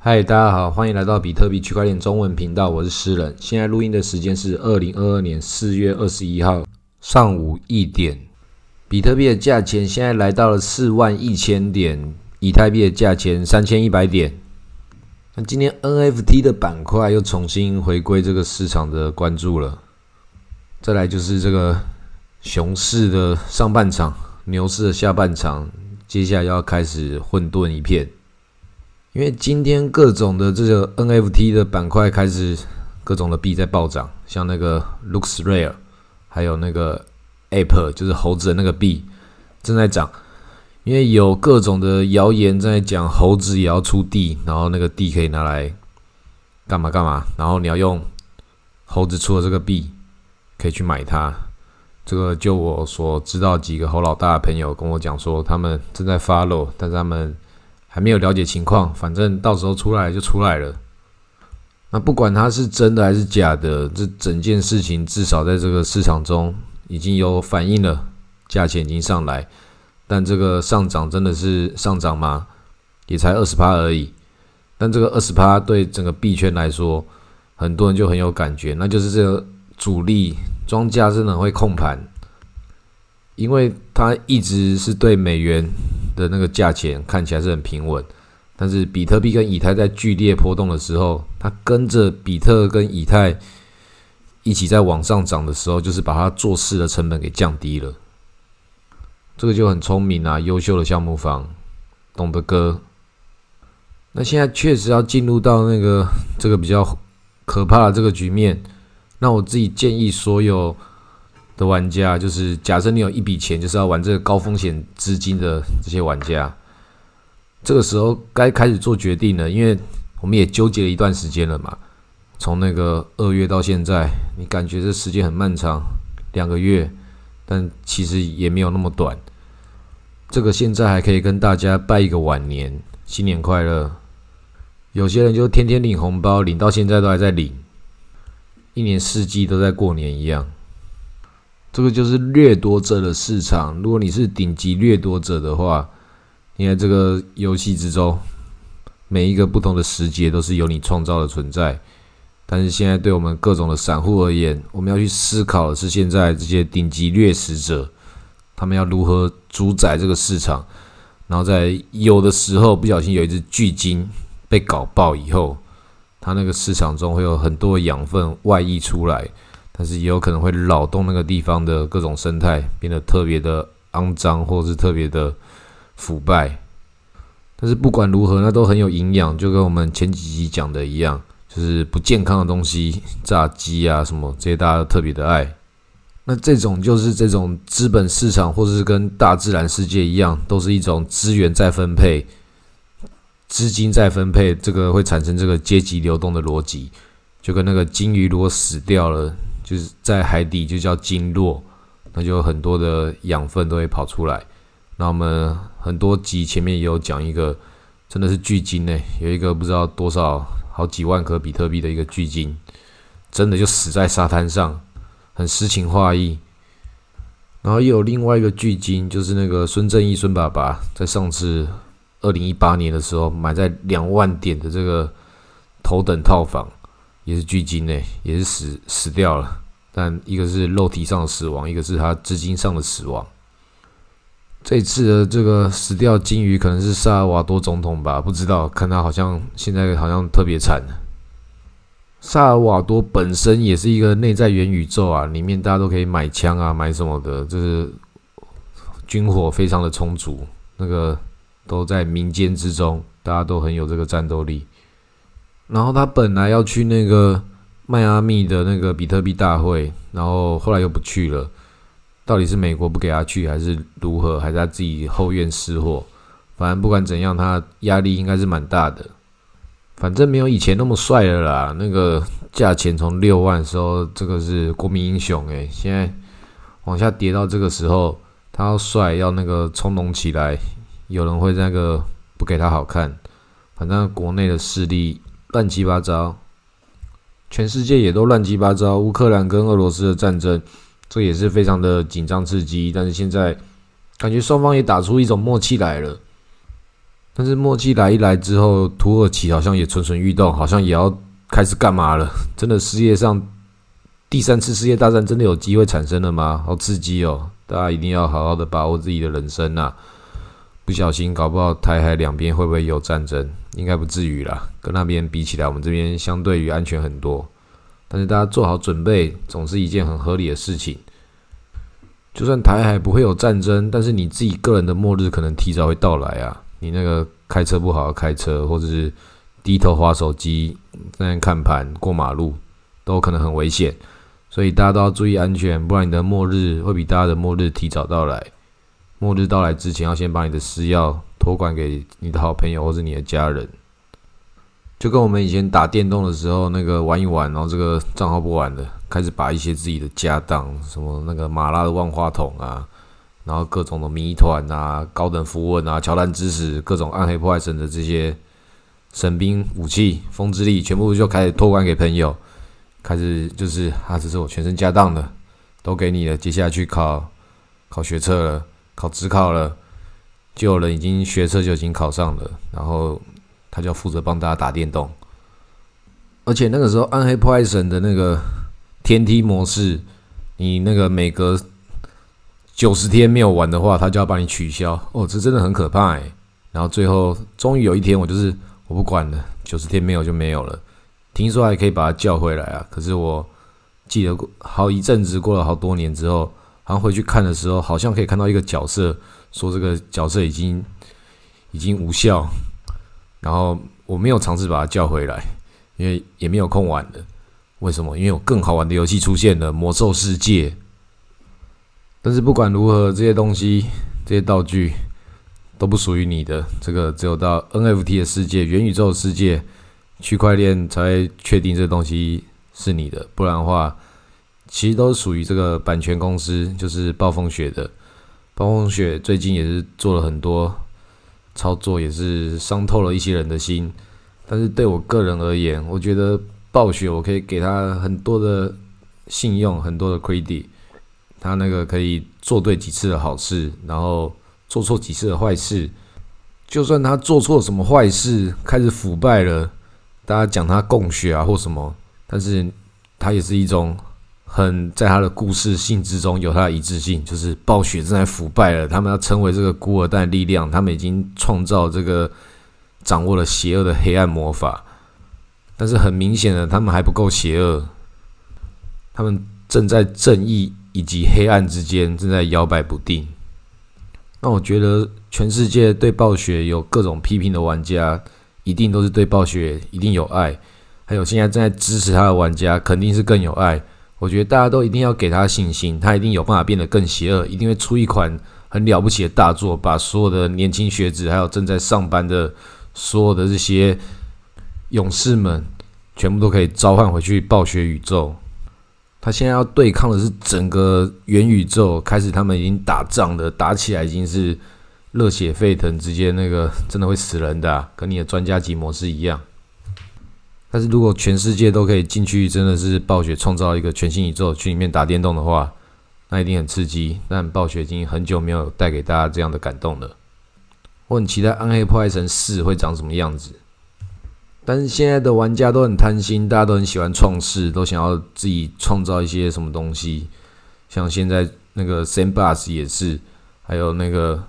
嗨，大家好，欢迎来到比特币区块链中文频道，我是诗人。现在录音的时间是2022年4月21号上午1点。比特币的价钱现在来到了41000点，以太币的价钱3100点。那今天 NFT 的板块又重新回归这个市场的关注了。再来就是这个熊市的上半场，牛市的下半场，接下来要开始混沌一片。因为今天各种的这个 NFT 的板块开始各种的币在暴涨，像那个 LuxRare 还有那个 Ape 就是猴子的那个币正在涨，因为有各种的谣言在讲猴子也要出地，然后那个地可以拿来干嘛干嘛，然后你要用猴子出的这个币可以去买它。这个就我所知道几个猴老大的朋友跟我讲说，他们正在 follow， 但是他们还没有了解情况，反正到时候出来就出来了。那不管它是真的还是假的，这整件事情至少在这个市场中已经有反应了，价钱已经上来。但这个上涨真的是上涨吗？也才 20% 而已。但这个 20% 对整个币圈来说，很多人就很有感觉，那就是这个主力庄家真的很会控盘，因为它一直是对美元的那个价钱看起来是很平稳，但是比特币跟以太在剧烈波动的时候，它跟着比特跟以太一起在往上涨的时候，就是把它做事的成本给降低了。这个就很聪明啊，优秀的项目方懂得割。那现在确实要进入到这个比较可怕的这个局面，那我自己建议所有的玩家，就是假设你有一笔钱，就是要玩这个高风险资金的这些玩家，这个时候该开始做决定了，因为我们也纠结了一段时间了嘛。从那个2月到现在，你感觉这时间很漫长，2个月，但其实也没有那么短。这个现在还可以跟大家拜一个晚年，新年快乐。有些人就天天领红包，领到现在都还在领，一年四季都在过年一样。这个就是掠夺者的市场。如果你是顶级掠夺者的话，你在这个游戏之中，每一个不同的时节都是由你创造的存在。但是现在对我们各种的散户而言，我们要去思考的是现在这些顶级掠食者，他们要如何主宰这个市场。然后在有的时候不小心有一只巨鲸被搞爆以后，它那个市场中会有很多的养分外溢出来，但是也有可能会扰动那个地方的各种生态，变得特别的肮脏或是特别的腐败。但是不管如何，那都很有营养，就跟我们前几集讲的一样，就是不健康的东西，炸鸡啊什么这些大家都特别的爱。那这种就是这种资本市场或是跟大自然世界一样，都是一种资源再分配、资金再分配，这个会产生这个阶级流动的逻辑。就跟那个鲸鱼如果死掉了，就是在海底就叫鲸落，那就有很多的养分都会跑出来。那我们很多集前面也有讲一个，真的是巨鲸有一个不知道多少好几万颗比特币的一个巨鲸，真的就死在沙滩上，很诗情画意。然后又有另外一个巨鲸，就是那个孙正义孙爸爸在上次2018年的时候买在2万点的这个头等套房，也是巨鲸也是死掉了。但一个是肉体上的死亡，一个是他资金上的死亡。这一次的这个死掉鲸鱼可能是萨尔瓦多总统吧，不知道，看他好像现在好像特别惨。萨尔瓦多本身也是一个内在元宇宙啊，里面大家都可以买枪啊，买什么的，就是军火非常的充足，那个都在民间之中，大家都很有这个战斗力。然后他本来要去那个迈阿密的那个比特币大会，然后后来又不去了。到底是美国不给他去，还是如何，还是他自己后院失火？反正不管怎样，他压力应该是蛮大的。反正没有以前那么帅了啦，那个价钱从6万的时候，这个是国民英雄现在往下跌到这个时候，他要帅，要那个从容起来，有人会那个不给他好看。反正国内的势力乱七八糟，全世界也都乱七八糟。乌克兰跟俄罗斯的战争，这也是非常的紧张刺激，但是现在感觉双方也打出一种默契来了。 但是默契来一来之后，土耳其好像也蠢蠢欲动，好像也要开始干嘛了。真的世界上第3次世界大战真的有机会产生了吗？好刺激哦！大家一定要好好的把握自己的人生啊！不小心搞不好台海两边会不会有战争？应该不至于啦，跟那边比起来，我们这边相对于安全很多。但是大家做好准备，总是一件很合理的事情。就算台海不会有战争，但是你自己个人的末日可能提早会到来啊！你那个开车不好好开车，或者是低头滑手机、在那看盘、过马路，都可能很危险。所以大家都要注意安全，不然你的末日会比大家的末日提早到来。末日到来之前，要先把你的私钥托管给你的好朋友或是你的家人。就跟我们以前打电动的时候，那个玩一玩，然后这个账号不玩了，开始把一些自己的家当，什么那个马拉的万花筒啊，然后各种的谜团啊、高等符文啊、乔丹之石、各种暗黑破坏神的这些神兵武器、风之力，全部就开始托管给朋友。开始就是这是我全身家当的，都给你了。接下来去考学测了，考指考了，就有人已经学测就已经考上了，然后他就要负责帮大家打电动。而且那个时候暗黑破坏神的那个天梯模式，你那个每隔90天没有玩的话，他就要帮你取消。哦，这真的很可怕欸。然后最后终于有一天，我不管了，90天没有就没有了。听说还可以把他叫回来啊，可是我记得好一阵子，过了好多年之后，好像回去看的时候，好像可以看到一个角色，说这个角色已经无效，然后我没有尝试把他叫回来，因为也没有空玩了。为什么？因为有更好玩的游戏出现了，魔兽世界。但是不管如何，这些东西、这些道具都不属于你的，这个只有到 NFT 的世界、元宇宙的世界。区块链才会确定这东西是你的，不然的话，其实都属于这个版权公司，就是暴风雪的。暴风雪最近也是做了很多操作，也是伤透了一些人的心。但是对我个人而言，我觉得暴雪我可以给他很多的信用，很多的 credit。他那个可以做对几次的好事，然后做错几次的坏事。就算他做错什么坏事，开始腐败了。大家讲他供血啊或什么，但是他也是一种很在他的故事性之中有他的一致性，就是暴雪正在腐败了，他们要成为这个古尔代的力量，他们已经创造这个掌握了邪恶的黑暗魔法，但是很明显的他们还不够邪恶，他们正在正义以及黑暗之间正在摇摆不定。那我觉得全世界对暴雪有各种批评的玩家，一定都是对暴雪一定有爱，还有现在正在支持他的玩家肯定是更有爱。我觉得大家都一定要给他信心，他一定有办法变得更邪恶，一定会出一款很了不起的大作，把所有的年轻学子还有正在上班的所有的这些勇士们全部都可以召唤回去暴雪宇宙。他现在要对抗的是整个元宇宙，开始他们已经打仗了，打起来已经是热血沸腾，直接那个真的会死人的啊，跟你的专家级模式一样。但是如果全世界都可以进去，真的是暴雪创造一个全新宇宙去里面打电动的话，那一定很刺激。但暴雪已经很久没有带给大家这样的感动了。我很期待《暗黑破坏神4》会长什么样子。但是现在的玩家都很贪心，大家都很喜欢创世，都想要自己创造一些什么东西。像现在那个 Sandbox 也是，还有那个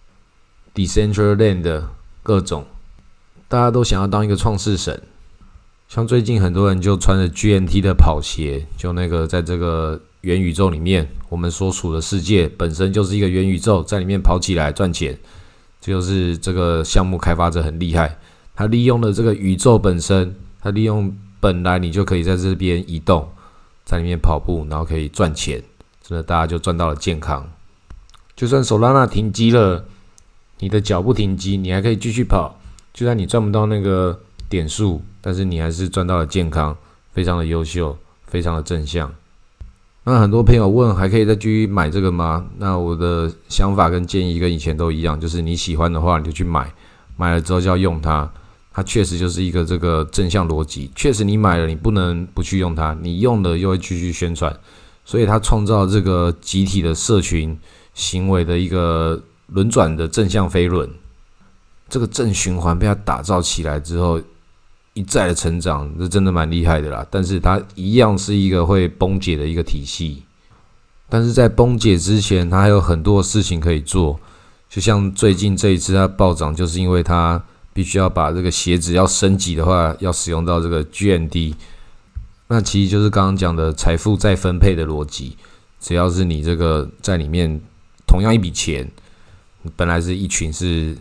Decentraland 的各种，大家都想要当一个创世神。像最近很多人就穿着 GNT 的跑鞋，就那个在这个元宇宙里面，我们所处的世界本身就是一个元宇宙，在里面跑起来赚钱，这就是这个项目开发者很厉害。他利用了这个宇宙本身，他利用本来你就可以在这边移动，在里面跑步，然后可以赚钱，真的大家就赚到了健康。就算手拉纳停机了，你的脚不停机，你还可以继续跑。就算你赚不到那个点数，但是你还是赚到了健康，非常的优秀，非常的正向。那很多朋友问，还可以再继续买这个吗？那我的想法跟建议跟以前都一样，就是你喜欢的话你就去买，买了之后就要用它。它确实就是一个这个正向逻辑，确实你买了你不能不去用它，你用了又会继续宣传，所以它创造这个集体的社群行为的一个轮转的正向飞轮。 这个正循环被它打造起来之后，一再的成长，这真的蛮厉害的啦。但是它一样是一个会崩解的一个体系，但是在崩解之前，它还有很多事情可以做。就像最近这一次它暴涨，就是因为它必须要把这个鞋子要升级的话，要使用到这个 GMD。那其实就是刚刚讲的财富再分配的逻辑。只要是你这个在里面同样一笔钱，本来是一群是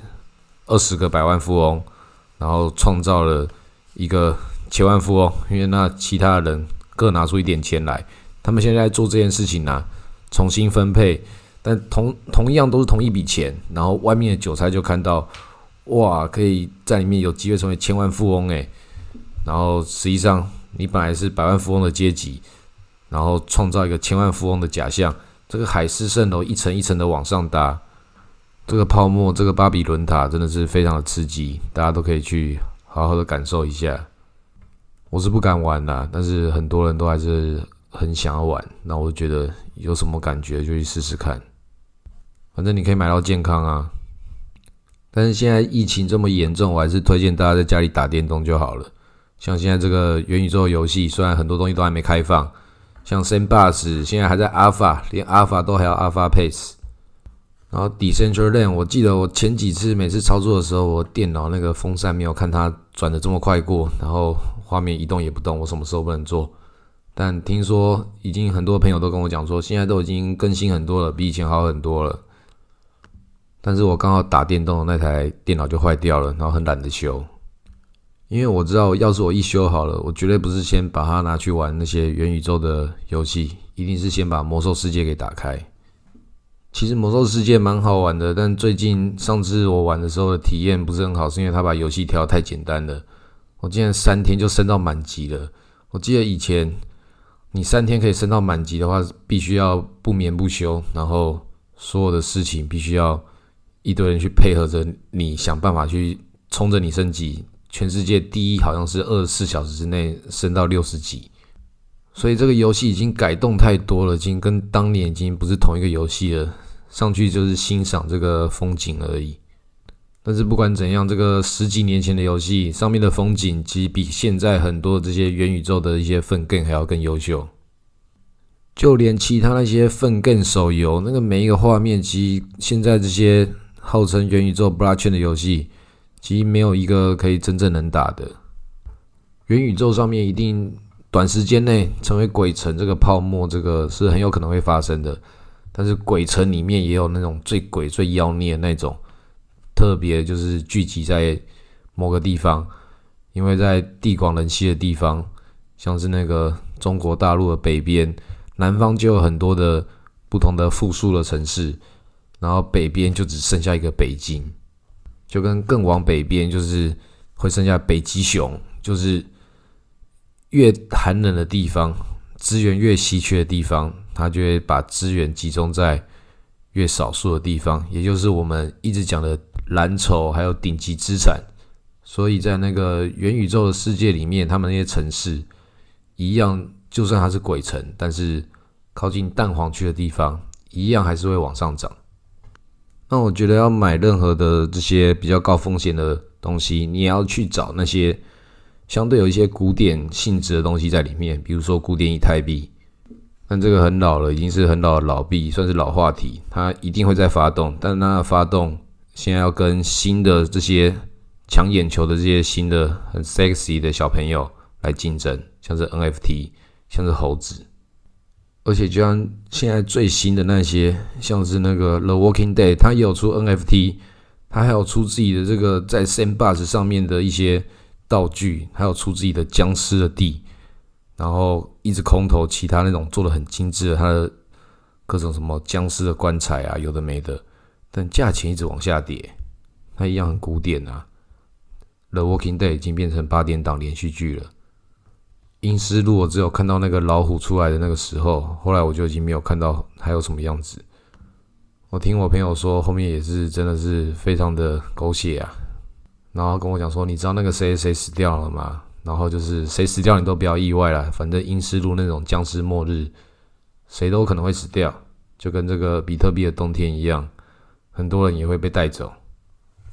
20个百万富翁，然后创造了一个千万富翁，因为那其他人各拿出一点钱来，他们现在做这件事情啊，重新分配，但同样都是同一笔钱，然后外面的韭菜就看到，哇，可以在里面有机会成为千万富翁诶，然后实际上你本来是百万富翁的阶级。然后创造一个千万富翁的假象，这个海市蜃楼一层一层的往上搭，这个泡沫，这个巴比伦塔真的是非常的刺激，大家都可以去好好的感受一下。我是不敢玩啦，但是很多人都还是很想要玩，那我就觉得有什么感觉就去试试看，反正你可以买到健康啊。但是现在疫情这么严重，我还是推荐大家在家里打电动就好了。像现在这个元宇宙游戏，虽然很多东西都还没开放。像 Sandbox 现在还在 Alpha， 连 Alpha 都还要 Alpha Pace。然后 Decentraland， 我记得我前几次每次操作的时候，我电脑那个风扇没有看它转得这么快过，然后画面移动也不动，我什么时候不能做？但听说已经很多朋友都跟我讲说，现在都已经更新很多了，比以前好很多了。但是我刚好打电动的那台电脑就坏掉了，然后很懒得修。因为我知道，要是我一修好了，我绝对不是先把它拿去玩那些元宇宙的游戏，一定是先把魔兽世界给打开。其实魔兽世界蛮好玩的，但最近上次我玩的时候的体验不是很好，是因为它把游戏调得太简单了。我竟然3天就升到满级了。我记得以前你3天可以升到满级的话，必须要不眠不休，然后所有的事情必须要一堆人去配合着你，想办法去冲着你升级。全世界第一好像是24小时之内升到60级，所以这个游戏已经改动太多了，已经跟当年已经不是同一个游戏了。上去就是欣赏这个风景而已。但是不管怎样，这个10几年前的游戏上面的风景，其实比现在很多这些元宇宙的一些分更还要更优秀。就连其他那些分更手游，那个每一个画面，其实现在这些号称元宇宙 blockchain 的游戏。其实没有一个可以真正能打的。元宇宙上面一定短时间内成为鬼城这个泡沫，这个是很有可能会发生的。但是鬼城里面也有那种最鬼最妖孽的那种，特别就是聚集在某个地方，因为在地广人稀的地方，像是那个中国大陆的北边，南方就有很多的不同的复数的城市，然后北边就只剩下一个北京。就跟更往北边就是会剩下北极熊，就是越寒冷的地方，资源越稀缺的地方，它就会把资源集中在越少数的地方，也就是我们一直讲的蓝筹还有顶级资产。所以在那个元宇宙的世界里面，他们那些城市一样，就算它是鬼城，但是靠近蛋黄区的地方，一样还是会往上涨。那我觉得要买任何的这些比较高风险的东西，你也要去找那些相对有一些古典性质的东西在里面，比如说古典以太币。但这个很老了，已经是很老的老币，算是老话题，它一定会再发动，但它的发动现在要跟新的这些抢眼球的这些新的很 sexy 的小朋友来竞争，像是 NFT， 像是猴子。而且就像现在最新的那些，像是那个 The Walking Dead， 它也有出 NFT， 它还有出自己的这个在 Sandbox 上面的一些道具，还有出自己的僵尸的地，然后一直空投其他那种做的很精致的，它的各种什么僵尸的棺材啊，有的没的，但价钱一直往下跌，它一样很古典啊。The Walking Dead 已经变成8点档连续剧了。阴尸路我只有看到那个老虎出来的那个时候，后来我就已经没有看到还有什么样子。我听我朋友说后面也是真的是非常的狗血啊，然后跟我讲说你知道那个谁谁死掉了吗？然后就是谁死掉你都不要意外啦，反正阴尸路那种僵尸末日谁都可能会死掉，就跟这个比特币的冬天一样，很多人也会被带走。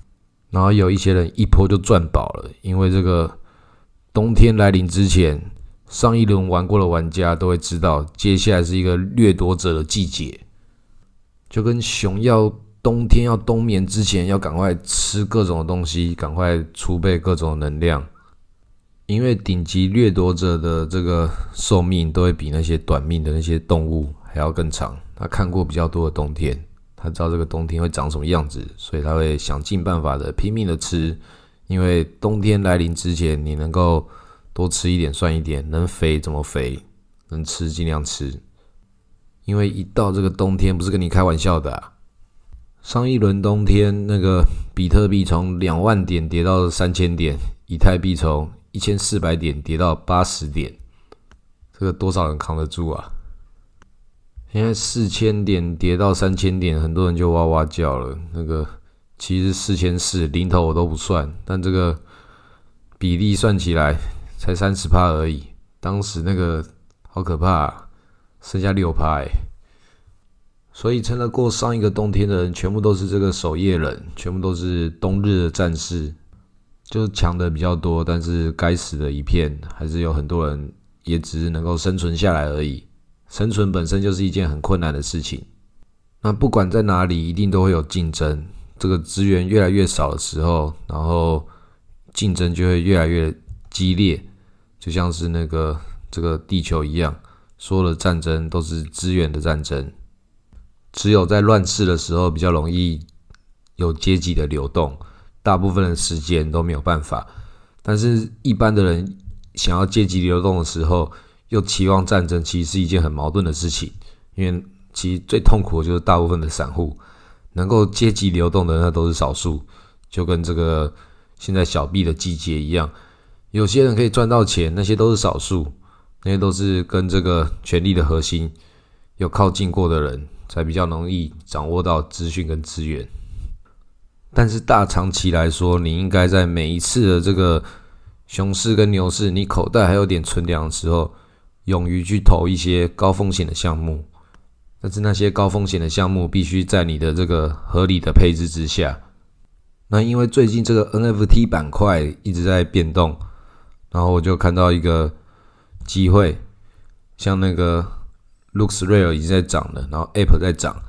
然后有一些人一波就赚饱了，因为这个冬天来临之前，上一轮玩过的玩家都会知道，接下来是一个掠夺者的季节，就跟熊要冬天要冬眠之前要赶快吃各种的东西，赶快储备各种能量，因为顶级掠夺者的这个寿命都会比那些短命的那些动物还要更长，他看过比较多的冬天，他知道这个冬天会长什么样子，所以他会想尽办法的拼命的吃，因为冬天来临之前，你能够多吃一点算一点，能肥怎么肥，能吃尽量吃。因为一到这个冬天，不是跟你开玩笑的啊。上一轮冬天，那个比特币从2万点跌到3000点，以太币从1400点跌到80点，这个多少人扛得住啊？现在4000点跌到3000点，很多人就哇哇叫了。那个其实4400零头我都不算，但这个比例算起来才30%而已。当时那个好可怕啊，剩下6%欸。所以撑得过上一个冬天的人，全部都是这个守夜人，全部都是冬日的战士，就是强的比较多，但是该死的一片，还是有很多人也只是能够生存下来而已。生存本身就是一件很困难的事情。那不管在哪里，一定都会有竞争。这个资源越来越少的时候，然后竞争就会越来越激烈，就像是这个地球一样，所有的战争都是资源的战争。只有在乱世的时候比较容易有阶级的流动，大部分的时间都没有办法。但是一般的人想要阶级流动的时候，又期望战争，其实是一件很矛盾的事情。因为其实最痛苦的就是大部分的散户，能够阶级流动的那都是少数，就跟这个现在小币的季节一样，有些人可以赚到钱，那些都是少数，那些都是跟这个权力的核心有靠近过的人，才比较容易掌握到资讯跟资源。但是大长期来说，你应该在每一次的这个熊市跟牛市，你口袋还有点存粮的时候，勇于去投一些高风险的项目。但是那些高风险的项目必须在你的这个合理的配置之下。那因为最近这个 NFT 板块一直在变动，然后我就看到一个机会，像那个 LuxRare 已经在涨了，然后 Ape 在涨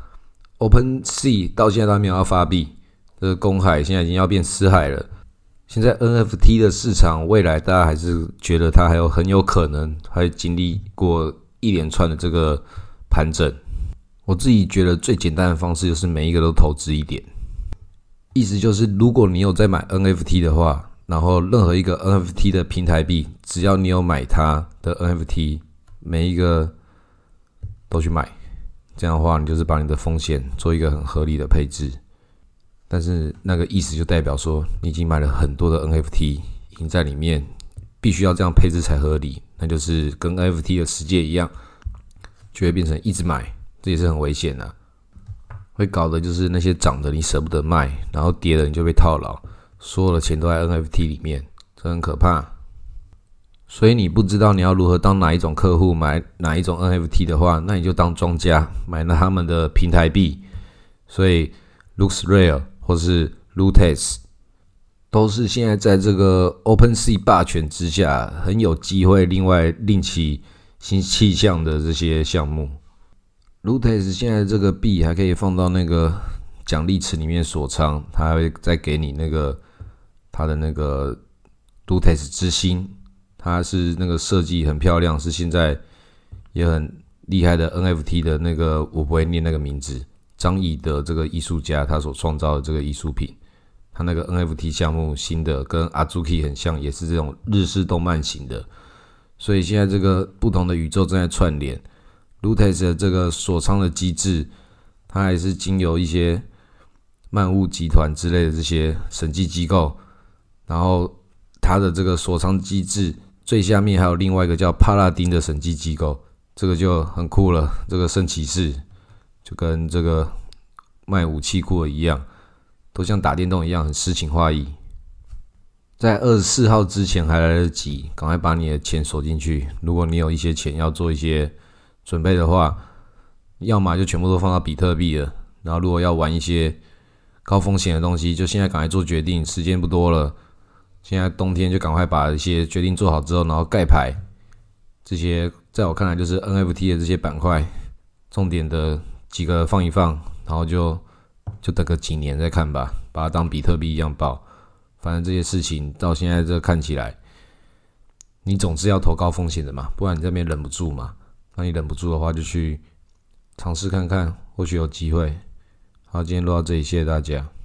，OpenSea 到现在都还没有要发币，这个公海现在已经要变私海了。现在 NFT 的市场未来大家还是觉得它还有很有可能会经历过一连串的这个盘整。我自己觉得最简单的方式就是每一个都投资一点，意思就是如果你有在买 NFT 的话，然后任何一个 NFT 的平台币，只要你有买它的 NFT， 每一个都去买，这样的话你就是把你的风险做一个很合理的配置。但是那个意思就代表说你已经买了很多的 NFT， 已经在里面，必须要这样配置才合理，那就是跟 NFT 的世界一样，就会变成一直买，这也是很危险的，会搞的就是那些涨的你舍不得卖，然后跌的你就被套牢，所有的钱都在 NFT 里面，这很可怕。所以你不知道你要如何当哪一种客户，买哪一种 NFT 的话，那你就当庄家，买了他们的平台币。所以 LuxRare 或是 Lootex 都是现在在这个 OpenSea 霸权之下很有机会另外另起新气象的这些项目。Lootex 现在这个币还可以放到那个奖励池里面锁仓，它还会再给你它的那个 Lootex 之星，它是那个设计很漂亮，是现在也很厉害的 NFT 的那个，我不会念那个名字，张乙的这个艺术家他所创造的这个艺术品，他那个 NFT 项目新的跟 Azuki 很像，也是这种日式动漫型的，所以现在这个不同的宇宙正在串联。Lootex 的这个锁仓的机制，它还是经由一些漫物集团之类的这些审计机构，然后它的这个锁仓机制最下面还有另外一个叫帕拉丁的审计机构，这个就很酷了。这个圣骑士就跟这个卖武器库的一样，都像打电动一样很诗情画意。在24号之前还来得及，赶快把你的钱锁进去。如果你有一些钱要做一些准备的话，要么就全部都放到比特币了，然后如果要玩一些高风险的东西，就现在赶快做决定，时间不多了。现在冬天就赶快把一些决定做好之后，然后盖牌。这些在我看来就是 NFT 的这些板块，重点的几个放一放，然后就等个几年再看吧，把它当比特币一样爆。反正这些事情到现在这看起来，你总是要投高风险的嘛，不然你这边忍不住嘛。那你忍不住的话，就去尝试看看，或许有机会。好，今天录到这里，谢谢大家。